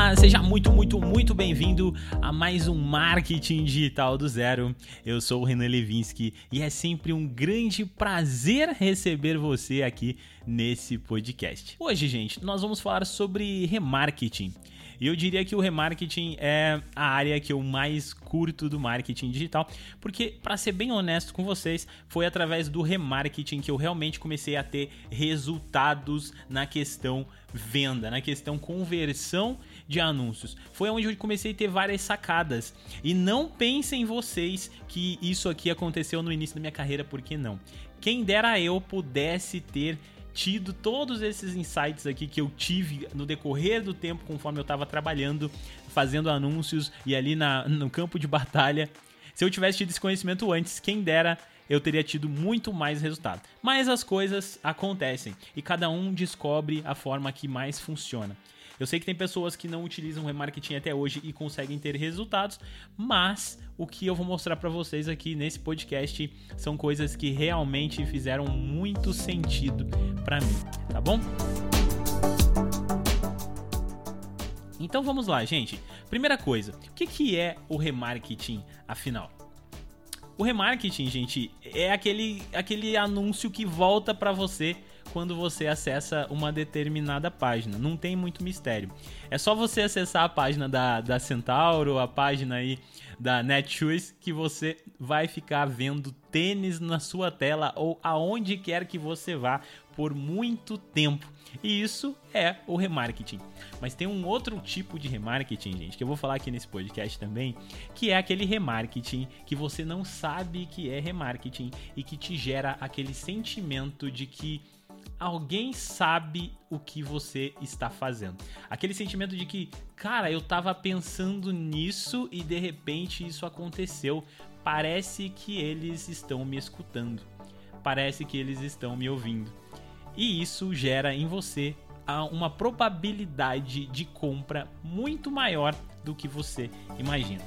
Olá, seja muito bem-vindo a mais um Marketing Digital do Zero. Eu sou o Renan Levinsky e é sempre um grande prazer receber você aqui nesse podcast. Hoje, gente, nós vamos falar sobre remarketing. E eu diria que o remarketing é a área que eu mais curto do marketing digital, porque, para ser bem honesto com vocês, foi através do remarketing que eu realmente comecei a ter resultados na questão venda, na questão conversão de anúncios. Foi onde eu comecei a ter várias sacadas. E não pensem vocês que isso aqui aconteceu no início da minha carreira, porque não. Quem dera eu pudesse ter tido todos esses insights aqui que eu tive no decorrer do tempo, conforme eu estava trabalhando, fazendo anúncios e ali no campo de batalha. Se eu tivesse tido esse conhecimento antes, quem dera eu teria tido muito mais resultado. Mas as coisas acontecem e cada um descobre a forma que mais funciona. Eu sei que tem pessoas que não utilizam remarketing até hoje e conseguem ter resultados, mas o que eu vou mostrar para vocês aqui nesse podcast são coisas que realmente fizeram muito sentido para mim, tá bom? Então vamos lá, gente. Primeira coisa, o que é o remarketing, afinal? O remarketing, gente, é aquele anúncio que volta para você quando você acessa uma determinada página. Não tem muito mistério. É só você acessar a página da Centauro, a página aí da Netshoes, que você vai ficar vendo tênis na sua tela ou aonde quer que você vá por muito tempo. E isso é o remarketing. Mas tem um outro tipo de remarketing, gente, que eu vou falar aqui nesse podcast também, que é aquele remarketing que você não sabe que é remarketing e que te gera aquele sentimento de que alguém sabe o que você está fazendo. Aquele sentimento de que, cara, eu tava pensando nisso e de repente isso aconteceu. Parece que eles estão me escutando. Parece que eles estão me ouvindo. E isso gera em você uma probabilidade de compra muito maior do que você imagina.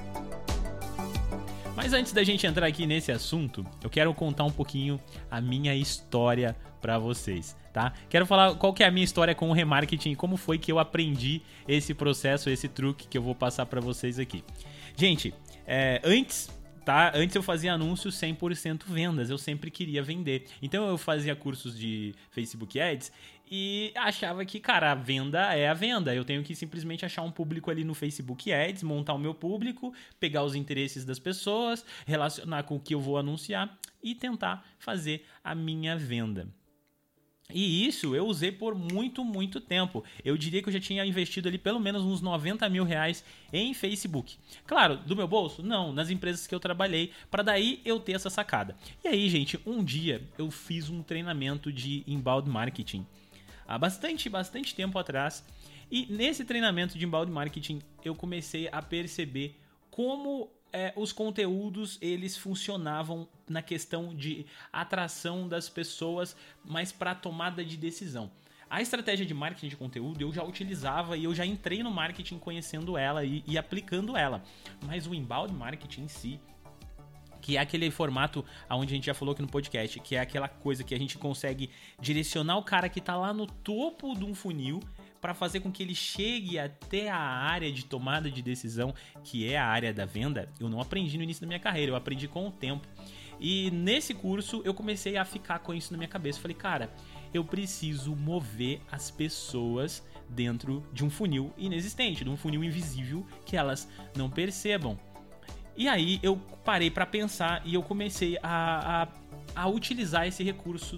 Mas antes da gente entrar aqui nesse assunto, eu quero contar um pouquinho a minha história para vocês, tá? Quero falar qual que é a minha história com o remarketing e como foi que eu aprendi esse processo, esse truque que eu vou passar para vocês aqui. Gente, antes eu fazia anúncios 100% vendas, eu sempre queria vender. Então eu fazia cursos de Facebook Ads e achava que, cara, a venda é a venda. Eu tenho que simplesmente achar um público ali no Facebook Ads, montar o meu público, pegar os interesses das pessoas, relacionar com o que eu vou anunciar e tentar fazer a minha venda. E isso eu usei por muito tempo. Eu diria que eu já tinha investido ali pelo menos uns 90 mil reais em Facebook. Claro, do meu bolso? Não, nas empresas que eu trabalhei, para daí eu ter essa sacada. E aí, gente, um dia eu fiz um treinamento de inbound marketing. Há bastante tempo atrás. E nesse treinamento de inbound marketing eu comecei a perceber como os conteúdos eles funcionavam na questão de atração das pessoas, mas para tomada de decisão. A estratégia de marketing de conteúdo eu já utilizava e eu já entrei no marketing conhecendo ela e aplicando ela. Mas o inbound marketing em si, que é aquele formato onde a gente já falou aqui no podcast, que é aquela coisa que a gente consegue direcionar o cara que está lá no topo de um funil para fazer com que ele chegue até a área de tomada de decisão, que é a área da venda, eu não aprendi no início da minha carreira, eu aprendi com o tempo. E nesse curso eu comecei a ficar com isso na minha cabeça. Falei, cara, eu preciso mover as pessoas dentro de um funil inexistente, de um funil invisível que elas não percebam. E aí eu parei para pensar e eu comecei a utilizar esse recurso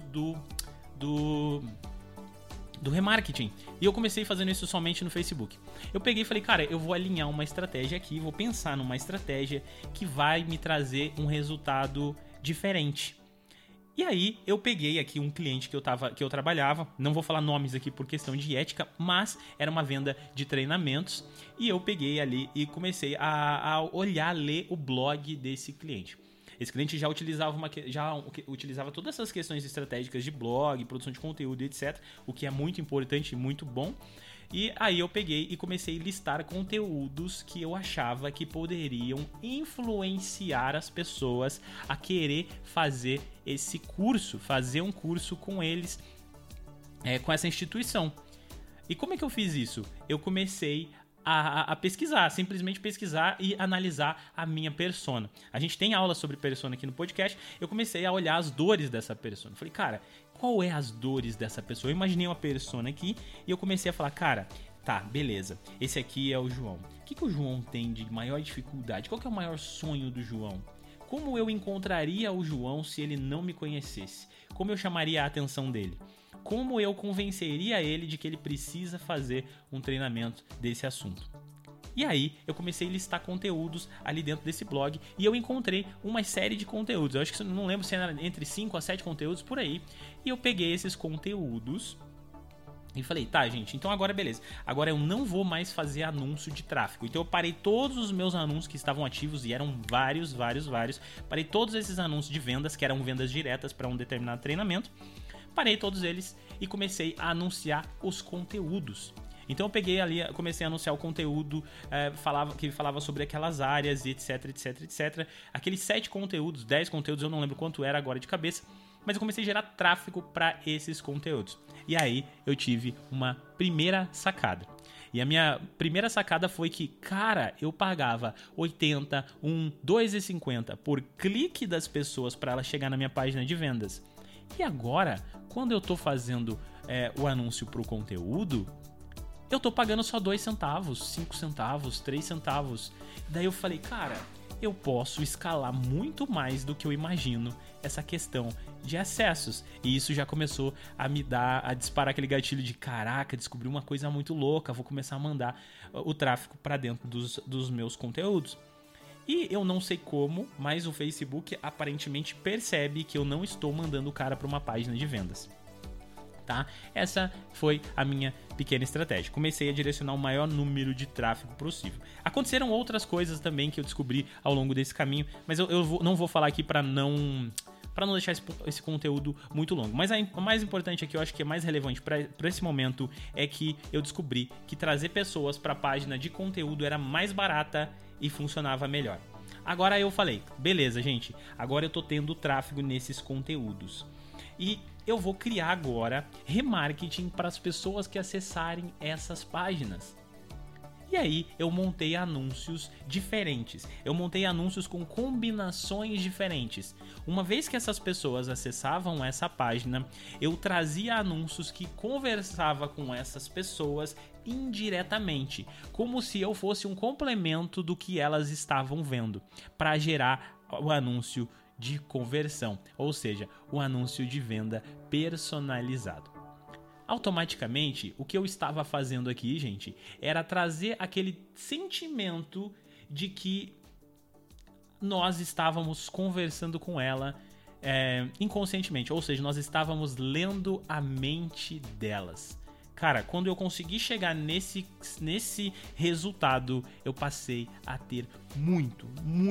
do remarketing. E eu comecei fazendo isso somente no Facebook. Eu peguei e falei, cara, eu vou alinhar uma estratégia aqui, vou pensar numa estratégia que vai me trazer um resultado diferente. E aí eu peguei aqui um cliente que eu trabalhava, não vou falar nomes aqui por questão de ética, mas era uma venda de treinamentos, e eu peguei ali e comecei a olhar, ler o blog desse cliente. Esse cliente já utilizava todas essas questões estratégicas de blog, produção de conteúdo, etc. O que é muito importante e muito bom. E aí eu peguei e comecei a listar conteúdos que eu achava que poderiam influenciar as pessoas a querer fazer esse curso, fazer um curso com eles, com essa instituição. E como é que eu fiz isso? Eu comecei a pesquisar, simplesmente pesquisar e analisar a minha persona. A gente tem aula sobre persona aqui no podcast, eu comecei a olhar as dores dessa persona. Falei, cara, qual é as dores dessa pessoa? Eu imaginei uma persona aqui e eu comecei a falar, cara, tá, beleza, esse aqui é o João. O que o João tem de maior dificuldade? Qual que é o maior sonho do João? Como eu encontraria o João se ele não me conhecesse? Como eu chamaria a atenção dele? Como eu convenceria ele de que ele precisa fazer um treinamento desse assunto? E aí eu comecei a listar conteúdos ali dentro desse blog e eu encontrei uma série de conteúdos. Eu acho que não lembro se era entre 5 a 7 conteúdos por aí. E eu peguei esses conteúdos e falei, tá, gente, então agora beleza. Agora eu não vou mais fazer anúncio de tráfego. Então eu parei todos os meus anúncios que estavam ativos, e eram vários. Parei todos esses anúncios de vendas, que eram vendas diretas para um determinado treinamento. Parei todos eles e comecei a anunciar os conteúdos. Então eu peguei ali, comecei a anunciar o conteúdo, que falava sobre aquelas áreas, etc. Aqueles 7 conteúdos, 10 conteúdos, eu não lembro quanto era agora de cabeça, mas eu comecei a gerar tráfego para esses conteúdos. E aí eu tive uma primeira sacada. E a minha primeira sacada foi que, cara, eu pagava 80, R$2,50 por clique das pessoas para ela chegar na minha página de vendas. E agora, quando eu tô fazendo o anúncio pro conteúdo, eu tô pagando só 2 centavos, 5 centavos, 3 centavos. Daí eu falei, cara, eu posso escalar muito mais do que eu imagino essa questão de acessos. E isso já começou a disparar aquele gatilho de, caraca, descobri uma coisa muito louca, vou começar a mandar o tráfego para dentro dos meus conteúdos. E eu não sei como, mas o Facebook aparentemente percebe que eu não estou mandando o cara para uma página de vendas. Tá? Essa foi a minha pequena estratégia. Comecei a direcionar o maior número de tráfego possível. Aconteceram outras coisas também que eu descobri ao longo desse caminho, mas eu não vou falar aqui para não deixar esse conteúdo muito longo. Mas o mais importante aqui, eu acho que é mais relevante para esse momento, é que eu descobri que trazer pessoas para a página de conteúdo era mais barata e funcionava melhor. Agora eu falei, beleza, gente, agora eu tô tendo tráfego nesses conteúdos. E eu vou criar agora remarketing para as pessoas que acessarem essas páginas. E aí eu montei anúncios diferentes. Eu montei anúncios com combinações diferentes. Uma vez que essas pessoas acessavam essa página, eu trazia anúncios que conversava com essas pessoas indiretamente, como se eu fosse um complemento do que elas estavam vendo, para gerar o anúncio de conversão, ou seja, o anúncio de venda personalizado. Automaticamente, o que eu estava fazendo aqui, gente, era trazer aquele sentimento de que nós estávamos conversando com ela inconscientemente, ou seja, nós estávamos lendo a mente delas. Cara, quando eu consegui chegar nesse resultado, eu passei a ter muito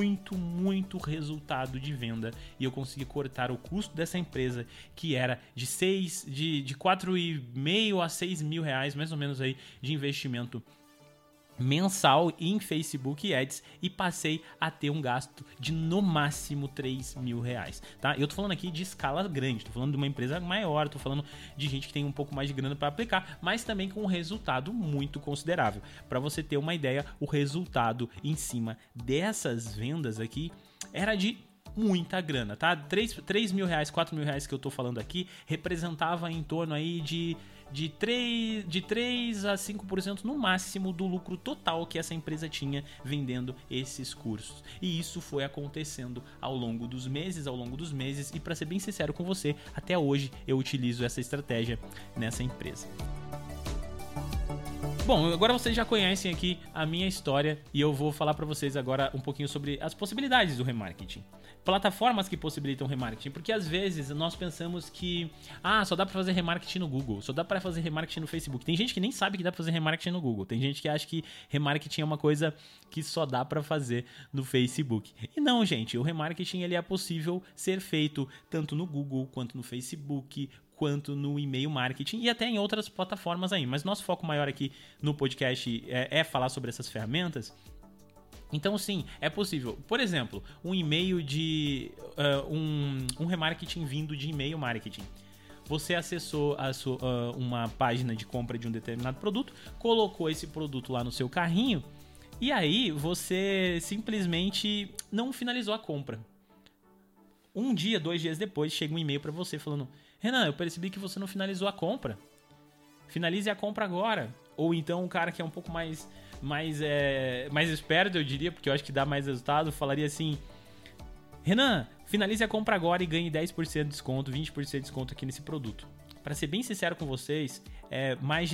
resultado de venda, e eu consegui cortar o custo dessa empresa, que era de 4,5 a 6 mil reais, mais ou menos aí, de investimento mensal em Facebook Ads, e passei a ter um gasto de no máximo 3 mil reais, tá? Eu tô falando aqui de escala grande, tô falando de uma empresa maior, tô falando de gente que tem um pouco mais de grana para aplicar, mas também com um resultado muito considerável. Para você ter uma ideia, o resultado em cima dessas vendas aqui era de muita grana, tá? 3 mil reais, 4 mil reais que eu tô falando aqui representava em torno aí de 3 a 5% no máximo do lucro total que essa empresa tinha vendendo esses cursos. E isso foi acontecendo ao longo dos meses, e para ser bem sincero com você, até hoje eu utilizo essa estratégia nessa empresa. Bom, agora vocês já conhecem aqui a minha história, e eu vou falar para vocês agora um pouquinho sobre as possibilidades do remarketing. Plataformas que possibilitam remarketing, porque às vezes nós pensamos que só dá para fazer remarketing no Google, só dá para fazer remarketing no Facebook. Tem gente que nem sabe que dá para fazer remarketing no Google, tem gente que acha que remarketing é uma coisa que só dá para fazer no Facebook. E não, gente, o remarketing ele é possível ser feito tanto no Google quanto no Facebook, quanto no e-mail marketing e até em outras plataformas aí. Mas nosso foco maior aqui no podcast é falar sobre essas ferramentas. Então sim, é possível. Por exemplo, um e-mail de um remarketing vindo de e-mail marketing. você acessou uma página de compra de um determinado produto, colocou esse produto lá no seu carrinho e aí você simplesmente não finalizou a compra. Um dia, 2 dias depois, chega um e-mail para você falando: Renan, eu percebi que você não finalizou a compra. Finalize a compra agora. Ou então um cara que é um pouco mais esperto, eu diria, porque eu acho que dá mais resultado, falaria assim: Renan, finalize a compra agora e ganhe 10% de desconto, 20% de desconto aqui nesse produto. Para ser bem sincero com vocês, mais de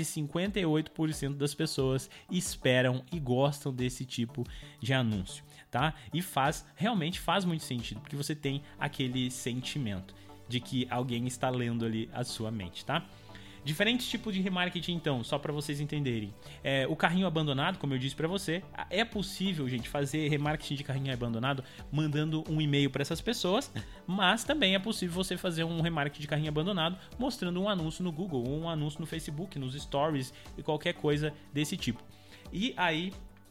58% das pessoas esperam e gostam desse tipo de anúncio, tá? E realmente faz muito sentido, porque você tem aquele sentimento de que alguém está lendo ali a sua mente, tá? Diferentes tipos de remarketing, então, só para vocês entenderem. O carrinho abandonado, como eu disse para você, é possível, gente, fazer remarketing de carrinho abandonado mandando um e-mail para essas pessoas, mas também é possível você fazer um remarketing de carrinho abandonado mostrando um anúncio no Google, ou um anúncio no Facebook, nos Stories e qualquer coisa desse tipo. E aí,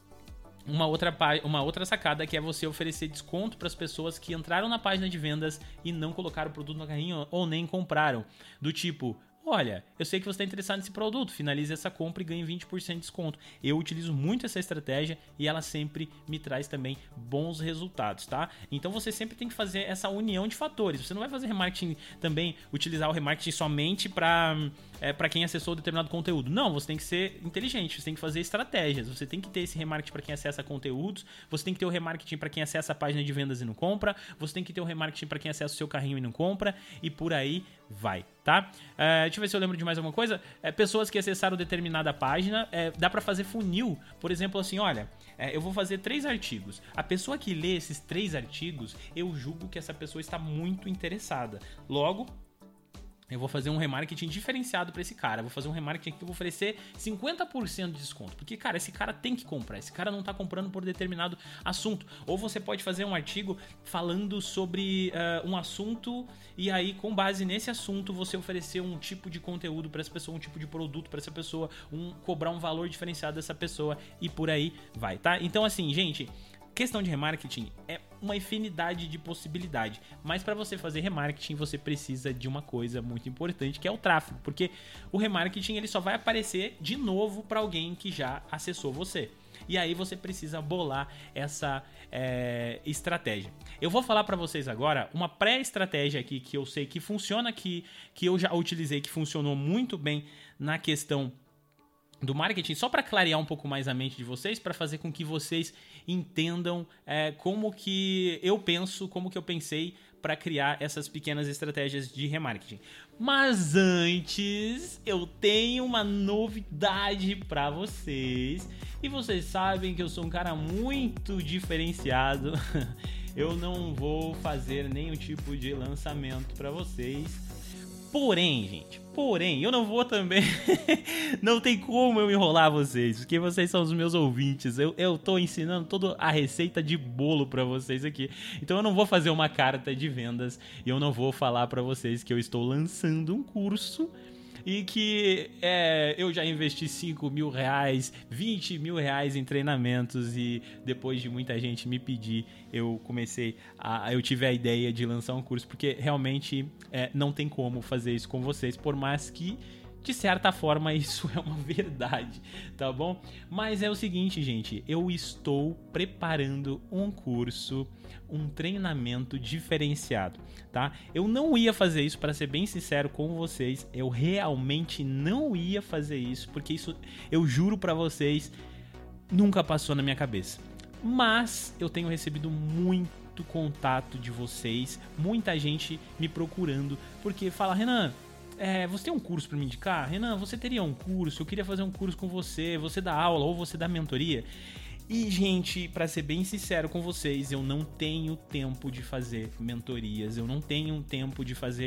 uma outra sacada que é você oferecer desconto para as pessoas que entraram na página de vendas e não colocaram o produto no carrinho ou nem compraram. Do tipo: olha, eu sei que você está interessado nesse produto, finalize essa compra e ganhe 20% de desconto. Eu utilizo muito essa estratégia e ela sempre me traz também bons resultados, tá? Então você sempre tem que fazer essa união de fatores. Você não vai fazer remarketing também, utilizar o remarketing somente para quem acessou determinado conteúdo. Não, você tem que ser inteligente, você tem que fazer estratégias. Você tem que ter esse remarketing para quem acessa conteúdos, você tem que ter o remarketing para quem acessa a página de vendas e não compra, você tem que ter o remarketing para quem acessa o seu carrinho e não compra, e por aí vai, tá? Deixa eu ver se eu lembro de mais alguma coisa. Pessoas que acessaram determinada página, dá para fazer funil. Por exemplo, assim, olha, eu vou fazer 3 artigos. A pessoa que lê esses 3 artigos, eu julgo que essa pessoa está muito interessada. Logo, eu vou fazer um remarketing diferenciado para esse cara. Eu vou fazer um remarketing que eu vou oferecer 50% de desconto. Porque, cara, esse cara tem que comprar. Esse cara não tá comprando por determinado assunto. Ou você pode fazer um artigo falando sobre um assunto e aí, com base nesse assunto, você oferecer um tipo de conteúdo para essa pessoa, um tipo de produto para essa pessoa, cobrar um valor diferenciado dessa pessoa e por aí vai, tá? Então, assim, gente, questão de remarketing é uma infinidade de possibilidade, mas para você fazer remarketing você precisa de uma coisa muito importante, que é o tráfego, porque o remarketing ele só vai aparecer de novo para alguém que já acessou você. E aí você precisa bolar essa estratégia. Eu vou falar para vocês agora uma pré-estratégia aqui que eu sei que funciona, que eu já utilizei, que funcionou muito bem na questão do marketing, só para clarear um pouco mais a mente de vocês, para fazer com que vocês entendam como que eu penso, como que eu pensei para criar essas pequenas estratégias de remarketing. Mas antes, eu tenho uma novidade para vocês. E vocês sabem que eu sou um cara muito diferenciado. Eu não vou fazer nenhum tipo de lançamento para vocês. Porém, gente, eu não vou também... Não tem como eu enrolar vocês, porque vocês são os meus ouvintes. Eu tô ensinando toda a receita de bolo pra vocês aqui. Então eu não vou fazer uma carta de vendas e eu não vou falar pra vocês que eu estou lançando um curso e que eu já investi 5 mil reais, 20 mil reais em treinamentos e depois de muita gente me pedir, eu tive a ideia de lançar um curso, porque realmente não tem como fazer isso com vocês, por mais que de certa forma isso é uma verdade, tá bom? Mas é o seguinte, gente, eu estou preparando um curso, um treinamento diferenciado, tá? Eu não ia fazer isso, para ser bem sincero com vocês, eu realmente não ia fazer isso, porque isso, eu juro pra vocês, nunca passou na minha cabeça. Mas eu tenho recebido muito contato de vocês, muita gente me procurando, porque fala: Renan, você tem um curso para me indicar? Renan, você teria um curso? Eu queria fazer um curso com você dá aula ou você dá mentoria? E, gente, para ser bem sincero com vocês, eu não tenho tempo de fazer mentorias, eu não tenho tempo de fazer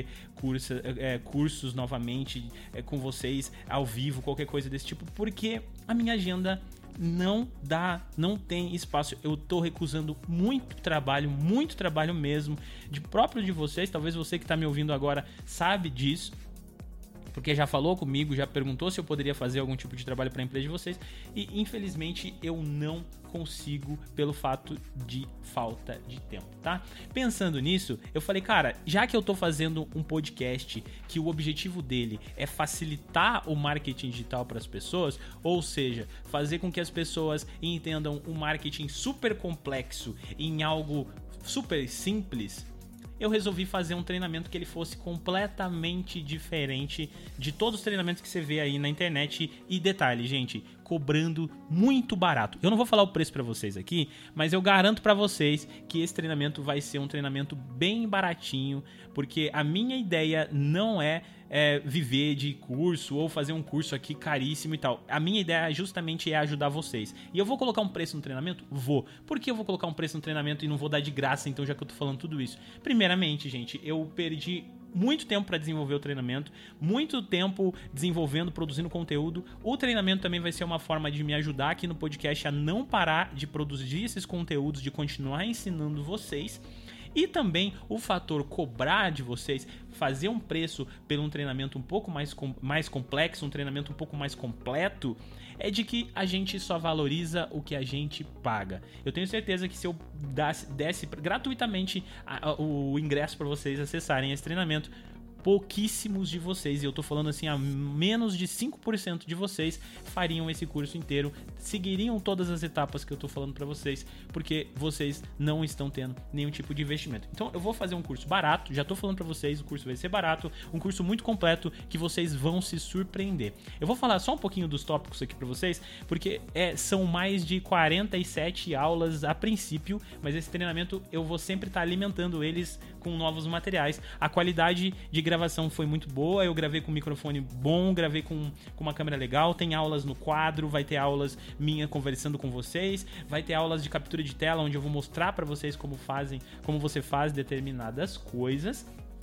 cursos novamente com vocês, ao vivo, qualquer coisa desse tipo, porque a minha agenda não tem espaço. Eu tô recusando muito trabalho mesmo, próprio de vocês. Talvez você que tá me ouvindo agora sabe disso. porque já falou comigo, já perguntou se eu poderia fazer algum tipo de trabalho para a empresa de vocês, e infelizmente eu não consigo pelo fato de falta de tempo, tá? Pensando nisso, eu falei, cara, já que eu tô fazendo um podcast que o objetivo dele é facilitar o marketing digital para as pessoas, ou seja, fazer com que as pessoas entendam um marketing super complexo em algo super simples, eu resolvi fazer um treinamento que ele fosse completamente diferente de todos os treinamentos que você vê aí na internet. E detalhe, gente, cobrando muito barato. Eu não vou falar o preço para vocês aqui, mas eu garanto para vocês que esse treinamento vai ser um treinamento bem baratinho, porque a minha ideia não é viver de curso ou fazer um curso aqui caríssimo e tal. A minha ideia justamente é ajudar vocês. E eu vou colocar um preço no treinamento? Vou. Por que eu vou colocar um preço no treinamento e não vou dar de graça, então, já que eu tô falando tudo isso? Primeiramente, gente, eu perdi muito tempo para desenvolver o treinamento, muito tempo desenvolvendo, produzindo conteúdo. O treinamento também vai ser uma forma de me ajudar aqui no podcast a não parar de produzir esses conteúdos, de continuar ensinando vocês. E também o fator cobrar de vocês, fazer um preço por um treinamento um pouco mais complexo, um treinamento um pouco mais completo, é de que a gente só valoriza o que a gente paga. Eu tenho certeza que se eu desse gratuitamente o ingresso para vocês acessarem esse treinamento, pouquíssimos de vocês, e eu tô falando assim, a menos de 5% de vocês fariam esse curso inteiro, seguiriam todas as etapas que eu tô falando pra vocês, porque vocês não estão tendo nenhum tipo de investimento. Então eu vou fazer um curso barato, já tô falando pra vocês, o curso vai ser barato, um curso muito completo que vocês vão se surpreender. Eu vou falar só um pouquinho dos tópicos aqui pra vocês, porque são mais de 47 aulas a princípio, mas esse treinamento eu vou sempre estar alimentando eles com novos materiais. A qualidade de gravação foi muito boa, eu gravei com um microfone bom, gravei com uma câmera legal, tem aulas no quadro, vai ter aulas minha conversando com vocês, vai ter aulas de captura de tela onde eu vou mostrar para vocês como você faz determinadas coisas.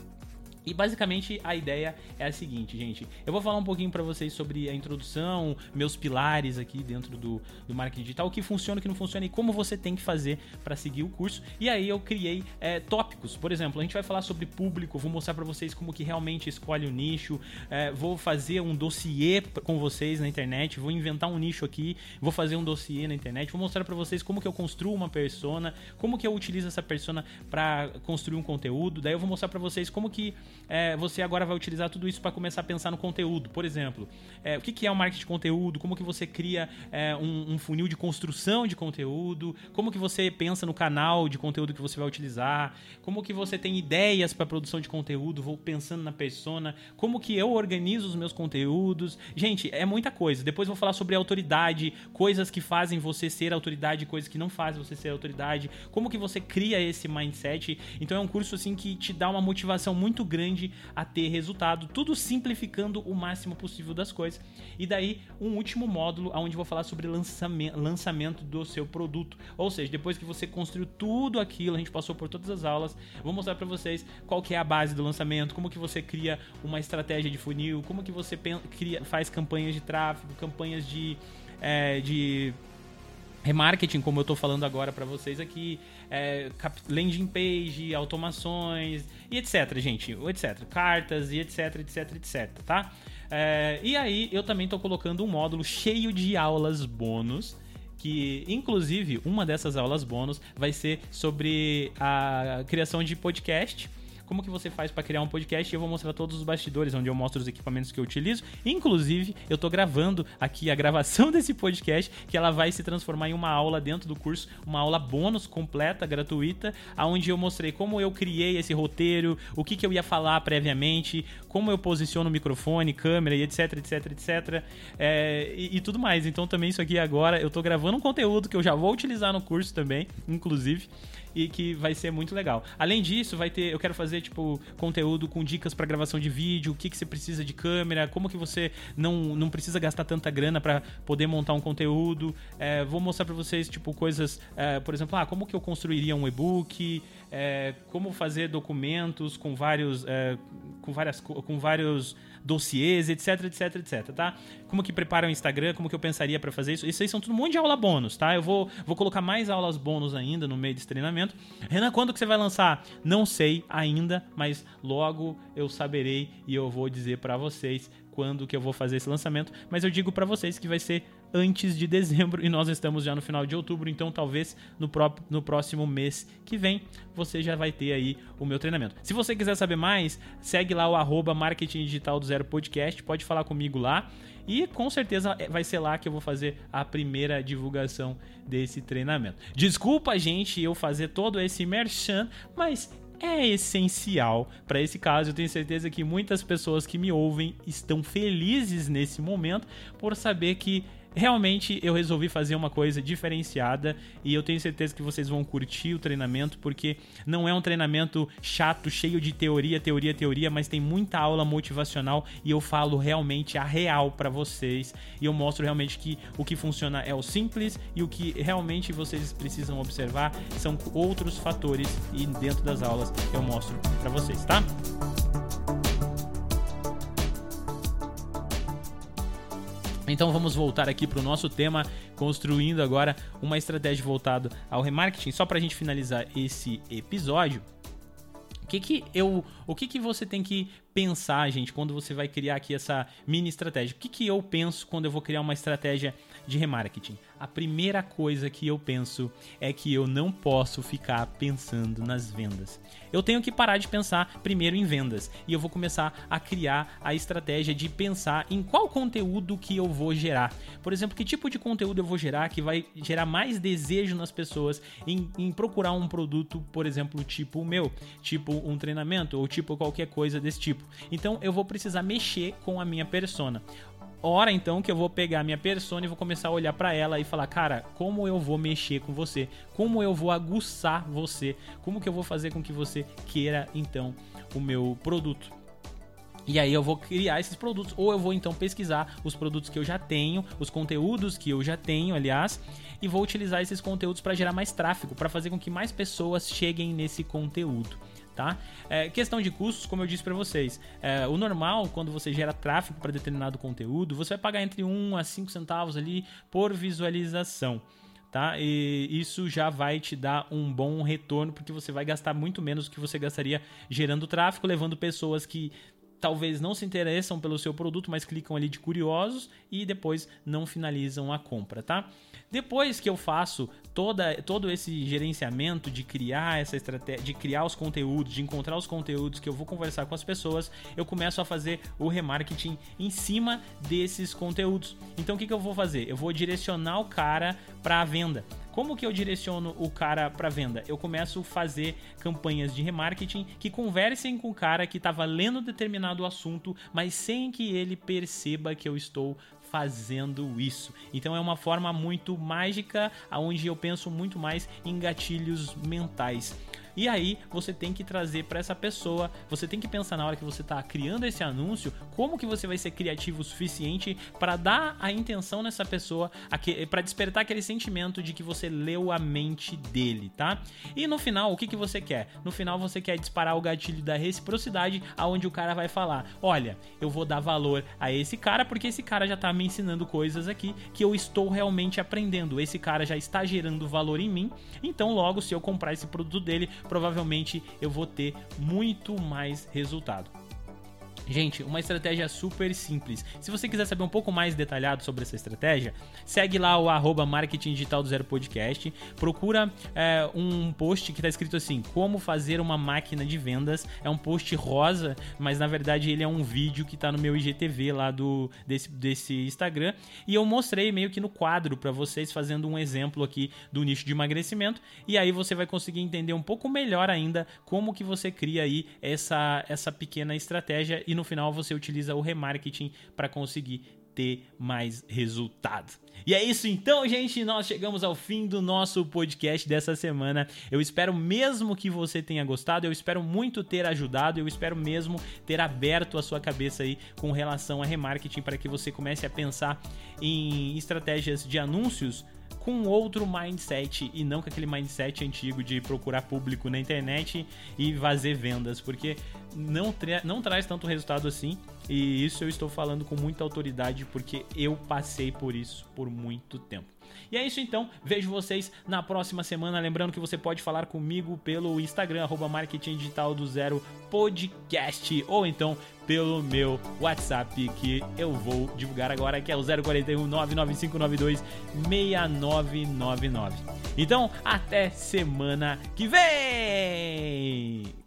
E basicamente a ideia é a seguinte, gente. Eu vou falar um pouquinho pra vocês sobre a introdução, meus pilares aqui dentro do marketing digital, o que funciona, o que não funciona e como você tem que fazer pra seguir o curso. E aí eu criei tópicos. Por exemplo, a gente vai falar sobre público, vou mostrar pra vocês como que realmente escolhe o nicho, vou fazer um dossiê com vocês na internet, vou inventar um nicho aqui, vou fazer um dossiê na internet, vou mostrar pra vocês como que eu construo uma persona, como que eu utilizo essa persona pra construir um conteúdo. Daí eu vou mostrar pra vocês como que você agora vai utilizar tudo isso para começar a pensar no conteúdo. Por exemplo, o que é o marketing de conteúdo, como que você cria um funil de construção de conteúdo, como que você pensa no canal de conteúdo que você vai utilizar, como que você tem ideias para produção de conteúdo, vou pensando na persona, como que eu organizo os meus conteúdos. Gente, é muita coisa. Depois vou falar sobre autoridade, coisas que fazem você ser autoridade, coisas que não fazem você ser autoridade, como que você cria esse mindset. Então é um curso assim que te dá uma motivação muito grande a ter resultado, tudo simplificando o máximo possível das coisas. E daí um último módulo onde vou falar sobre lançamento do seu produto, ou seja, depois que você construiu tudo aquilo, a gente passou por todas as aulas, vou mostrar para vocês qual que é a base do lançamento, como que você cria uma estratégia de funil, como que você faz campanhas de tráfego, campanhas de remarketing, como eu tô falando agora para vocês aqui, landing page, automações e etc, gente, etc, cartas e etc, tá? E aí eu também tô colocando um módulo cheio de aulas bônus, que inclusive uma dessas aulas bônus vai ser sobre a criação de podcast. Como que você faz para criar um podcast? Eu vou mostrar todos os bastidores, onde eu mostro os equipamentos que eu utilizo. Inclusive, eu tô gravando aqui a gravação desse podcast, que ela vai se transformar em uma aula dentro do curso, uma aula bônus completa, gratuita, onde eu mostrei como eu criei esse roteiro, o que eu ia falar previamente, como eu posiciono o microfone, câmera e etc, e tudo mais. Então também isso aqui agora, eu tô gravando um conteúdo que eu já vou utilizar no curso também, inclusive, e que vai ser muito legal. Além disso, eu quero fazer conteúdo com dicas para gravação de vídeo, o que você precisa de câmera, como que você não precisa gastar tanta grana para poder montar um conteúdo. Vou mostrar para vocês coisas, por exemplo, como que eu construiria um e-book, como fazer documentos com vários dossiês, etc, tá? Como que prepara o Instagram, como que eu pensaria para fazer isso. Isso aí são tudo um monte de aula bônus, tá? Eu vou colocar mais aulas bônus ainda no meio desse treinamento, treinamento. Renan, quando que você vai lançar? Não sei ainda, mas logo eu saberei e eu vou dizer para vocês quando que eu vou fazer esse lançamento, mas eu digo para vocês que vai ser antes de dezembro e nós estamos já no final de outubro, então talvez no próximo mês que vem você já vai ter aí o meu treinamento. Se você quiser saber mais, segue lá o @marketing digital do zero podcast, pode falar comigo lá e com certeza vai ser lá que eu vou fazer a primeira divulgação desse treinamento. Desculpa, gente, eu fazer todo esse merchan, mas é essencial para esse caso. Eu tenho certeza que muitas pessoas que me ouvem estão felizes nesse momento por saber que realmente eu resolvi fazer uma coisa diferenciada e eu tenho certeza que vocês vão curtir o treinamento, porque não é um treinamento chato, cheio de teoria, mas tem muita aula motivacional e eu falo realmente a real para vocês e eu mostro realmente que o que funciona é o simples e o que realmente vocês precisam observar são outros fatores e dentro das aulas eu mostro para vocês, tá? Então vamos voltar aqui para o nosso tema, construindo agora uma estratégia voltada ao remarketing. Só para a gente finalizar esse episódio, o que você tem que pensar, gente, quando você vai criar aqui essa mini estratégia? O que eu penso quando eu vou criar uma estratégia de remarketing? A primeira coisa que eu penso é que eu não posso ficar pensando nas vendas. Eu tenho que parar de pensar primeiro em vendas e eu vou começar a criar a estratégia de pensar em qual conteúdo que eu vou gerar. Por exemplo, que tipo de conteúdo eu vou gerar que vai gerar mais desejo nas pessoas em procurar um produto, por exemplo, tipo o meu, tipo um treinamento ou tipo qualquer coisa desse tipo. Então eu vou precisar mexer com a minha persona. Hora então que eu vou pegar a minha persona e vou começar a olhar para ela e falar, cara, como eu vou mexer com você? Como eu vou aguçar você? Como que eu vou fazer com que você queira então o meu produto? E aí eu vou criar esses produtos, ou eu vou então pesquisar os produtos que eu já tenho, os conteúdos que eu já tenho, aliás, e vou utilizar esses conteúdos para gerar mais tráfego, para fazer com que mais pessoas cheguem nesse conteúdo. Tá? Questão de custos, como eu disse para vocês, o normal, quando você gera tráfego para determinado conteúdo, você vai pagar entre 1 a 5 centavos ali por visualização. Tá? E isso já vai te dar um bom retorno, porque você vai gastar muito menos do que você gastaria gerando tráfego, levando pessoas que talvez não se interessam pelo seu produto, mas clicam ali de curiosos e depois não finalizam a compra, tá? Depois que eu faço todo esse gerenciamento de criar essa estratégia, de criar os conteúdos, de encontrar os conteúdos que eu vou conversar com as pessoas, eu começo a fazer o remarketing em cima desses conteúdos. Então o que eu vou fazer? Eu vou direcionar o cara para a venda. Como que eu direciono o cara para venda? Eu começo a fazer campanhas de remarketing que conversem com o cara que estava lendo determinado assunto, mas sem que ele perceba que eu estou fazendo isso. Então é uma forma muito mágica, onde eu penso muito mais em gatilhos mentais. E aí você tem que trazer para essa pessoa, você tem que pensar na hora que você está criando esse anúncio, como que você vai ser criativo o suficiente para dar a intenção nessa pessoa, para despertar aquele sentimento de que você leu a mente dele, tá? E no final, o que você quer? No final você quer disparar o gatilho da reciprocidade, aonde o cara vai falar, olha, eu vou dar valor a esse cara porque esse cara já está me ensinando coisas aqui que eu estou realmente aprendendo, esse cara já está gerando valor em mim, então logo se eu comprar esse produto dele, provavelmente eu vou ter muito mais resultado. Gente, uma estratégia super simples. Se você quiser saber um pouco mais detalhado sobre essa estratégia, segue lá o @marketing digital do zero podcast, procura um post que está escrito assim, como fazer uma máquina de vendas. É um post rosa, mas na verdade ele é um vídeo que está no meu IGTV lá desse Instagram, e eu mostrei meio que no quadro para vocês, fazendo um exemplo aqui do nicho de emagrecimento, e aí você vai conseguir entender um pouco melhor ainda como que você cria aí essa pequena estratégia e no final você utiliza o remarketing para conseguir ter mais resultado. E é isso então, gente, nós chegamos ao fim do nosso podcast dessa semana. Eu espero mesmo que você tenha gostado, eu espero muito ter ajudado, eu espero mesmo ter aberto a sua cabeça aí com relação a remarketing, para que você comece a pensar em estratégias de anúncios com outro mindset e não com aquele mindset antigo de procurar público na internet e fazer vendas, porque não traz tanto resultado assim, e isso eu estou falando com muita autoridade porque eu passei por isso por muito tempo. E é isso então, vejo vocês na próxima semana. Lembrando que você pode falar comigo pelo Instagram, @Marketing Digital do Zero Podcast, ou então pelo meu WhatsApp, que eu vou divulgar agora, que é o 041 99592 6999. Então, até semana que vem!